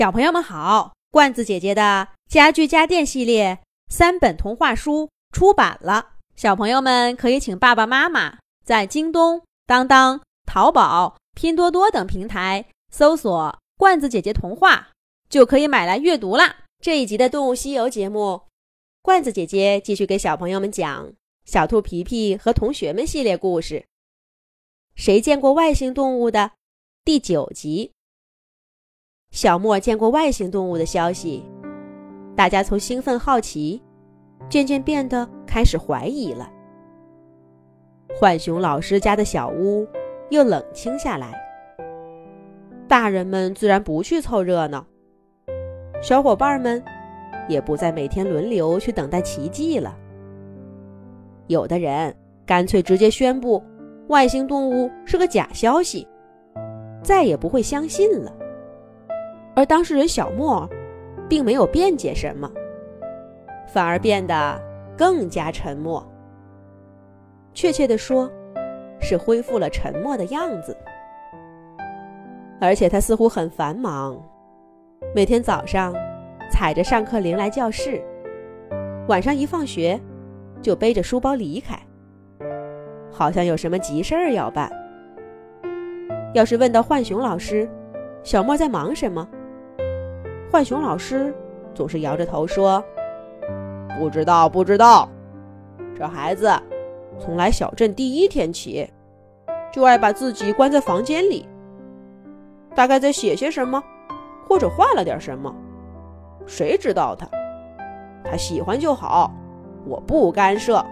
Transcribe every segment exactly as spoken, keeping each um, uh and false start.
小朋友们好，罐子姐姐的家具家电系列三本童话书出版了，小朋友们可以请爸爸妈妈在京东、当当、淘宝、拼多多等平台搜索罐子姐姐童话，就可以买来阅读啦。这一集的动物西游节目，罐子姐姐继续给小朋友们讲小兔皮皮和同学们系列故事，谁见过外星动物的第九集。小莫见过外星动物的消息，大家从兴奋好奇渐渐变得开始怀疑了。浣熊老师家的小屋又冷清下来，大人们自然不去凑热闹，小伙伴们也不再每天轮流去等待奇迹了。有的人干脆直接宣布外星动物是个假消息，再也不会相信了。而当事人小莫并没有辩解什么，反而变得更加沉默，确切地说是恢复了沉默的样子。而且他似乎很繁忙，每天早上踩着上课铃来教室，晚上一放学就背着书包离开，好像有什么急事儿要办。要是问到浣熊老师小莫在忙什么，浣熊老师总是摇着头说，不知道不知道，这孩子从来小镇第一天起就爱把自己关在房间里，大概在写些什么，或者画了点什么，谁知道他他喜欢就好，我不干涉。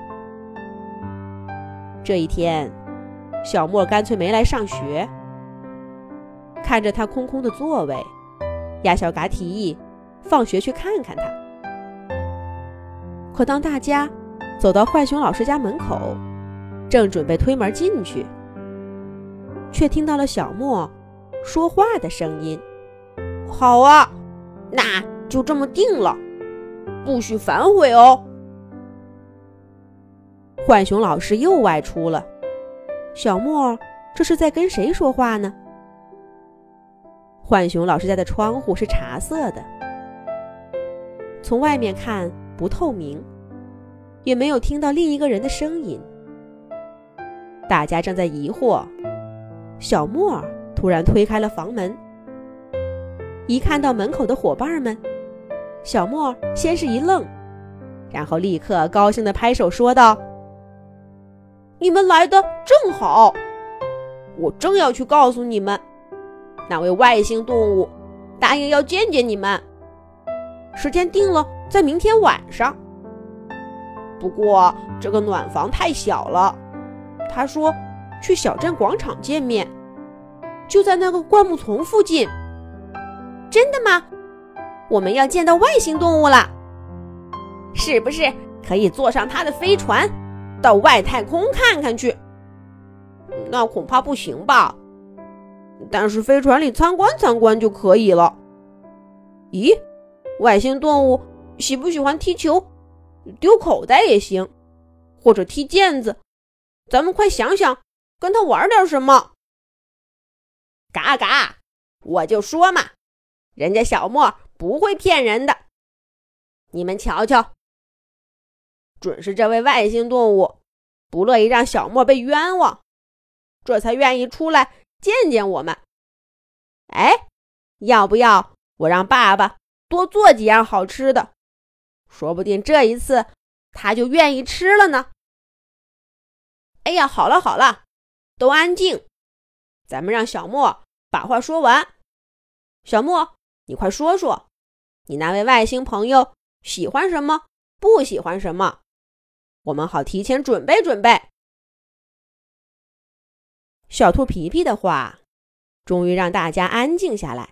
这一天小莫干脆没来上学，看着他空空的座位，鸭小嘎提议放学去看看他。可当大家走到浣熊老师家门口，正准备推门进去，却听到了小莫说话的声音。好啊，那就这么定了，不许反悔哦。浣熊老师又外出了，小莫这是在跟谁说话呢？浣熊老师家的窗户是茶色的，从外面看不透明，也没有听到另一个人的声音。大家正在疑惑，小莫突然推开了房门，一看到门口的伙伴们，小莫先是一愣，然后立刻高兴地拍手说道，你们来的正好，我正要去告诉你们，那位外星动物答应要见见你们，时间定了，在明天晚上。不过这个暖房太小了，他说去小镇广场见面，就在那个灌木丛附近。真的吗？我们要见到外星动物了，是不是可以坐上他的飞船到外太空看看去？那恐怕不行吧，但是飞船里参观参观就可以了。咦，外星动物喜不喜欢踢球？丢口袋也行，或者踢毽子，咱们快想想跟他玩点什么。嘎嘎，我就说嘛，人家小莫不会骗人的，你们瞧瞧，准是这位外星动物不乐意让小莫被冤枉，这才愿意出来见见我们。哎，要不要我让爸爸多做几样好吃的，说不定这一次他就愿意吃了呢。哎呀，好了好了，都安静，咱们让小莫把话说完。小莫，你快说说，你那位外星朋友喜欢什么，不喜欢什么，我们好提前准备准备。小兔皮皮的话终于让大家安静下来，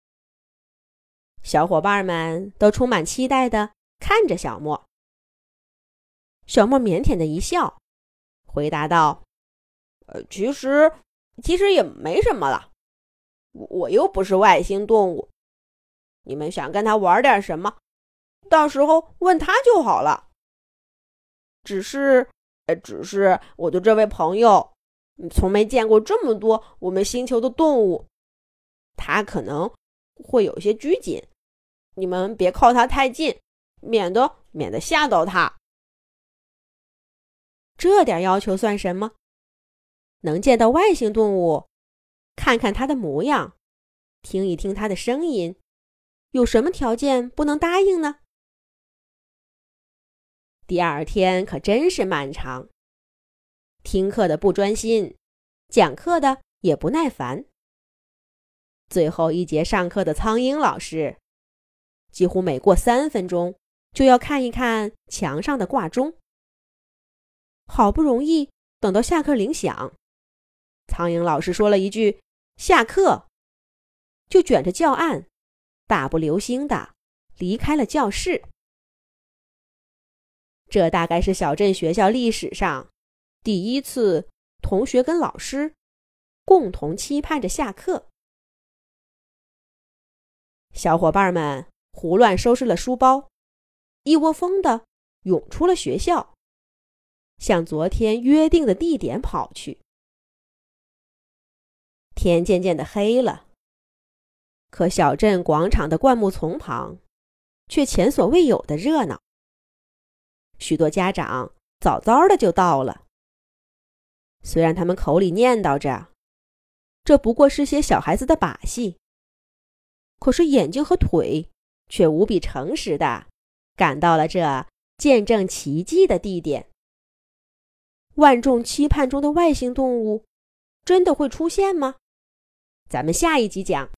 小伙伴们都充满期待地看着小莫。小莫腼腆的一笑，回答道，呃，其实其实也没什么了，我又不是外星动物，你们想跟他玩点什么，到时候问他就好了。只是呃，只是我的这位朋友从没见过这么多我们星球的动物，他可能会有些拘谨，你们别靠它太近，免得免得吓到它。这点要求算什么？能见到外星动物，看看它的模样，听一听它的声音，有什么条件不能答应呢？第二天可真是漫长，听课的不专心，讲课的也不耐烦。最后一节上课的苍鹰老师，几乎每过三分钟就要看一看墙上的挂钟。好不容易等到下课铃响，苍蝇老师说了一句下课，就卷着教案大步流星地离开了教室。这大概是小镇学校历史上第一次同学跟老师共同期盼着下课。小伙伴们胡乱收拾了书包，一窝蜂地涌出了学校，向昨天约定的地点跑去。天渐渐的黑了，可小镇广场的灌木丛旁却前所未有的热闹。许多家长早早的就到了，虽然他们口里念叨着这不过是些小孩子的把戏，可是眼睛和腿却无比诚实地赶到了这见证奇迹的地点。万众期盼中的外星动物真的会出现吗？咱们下一集讲。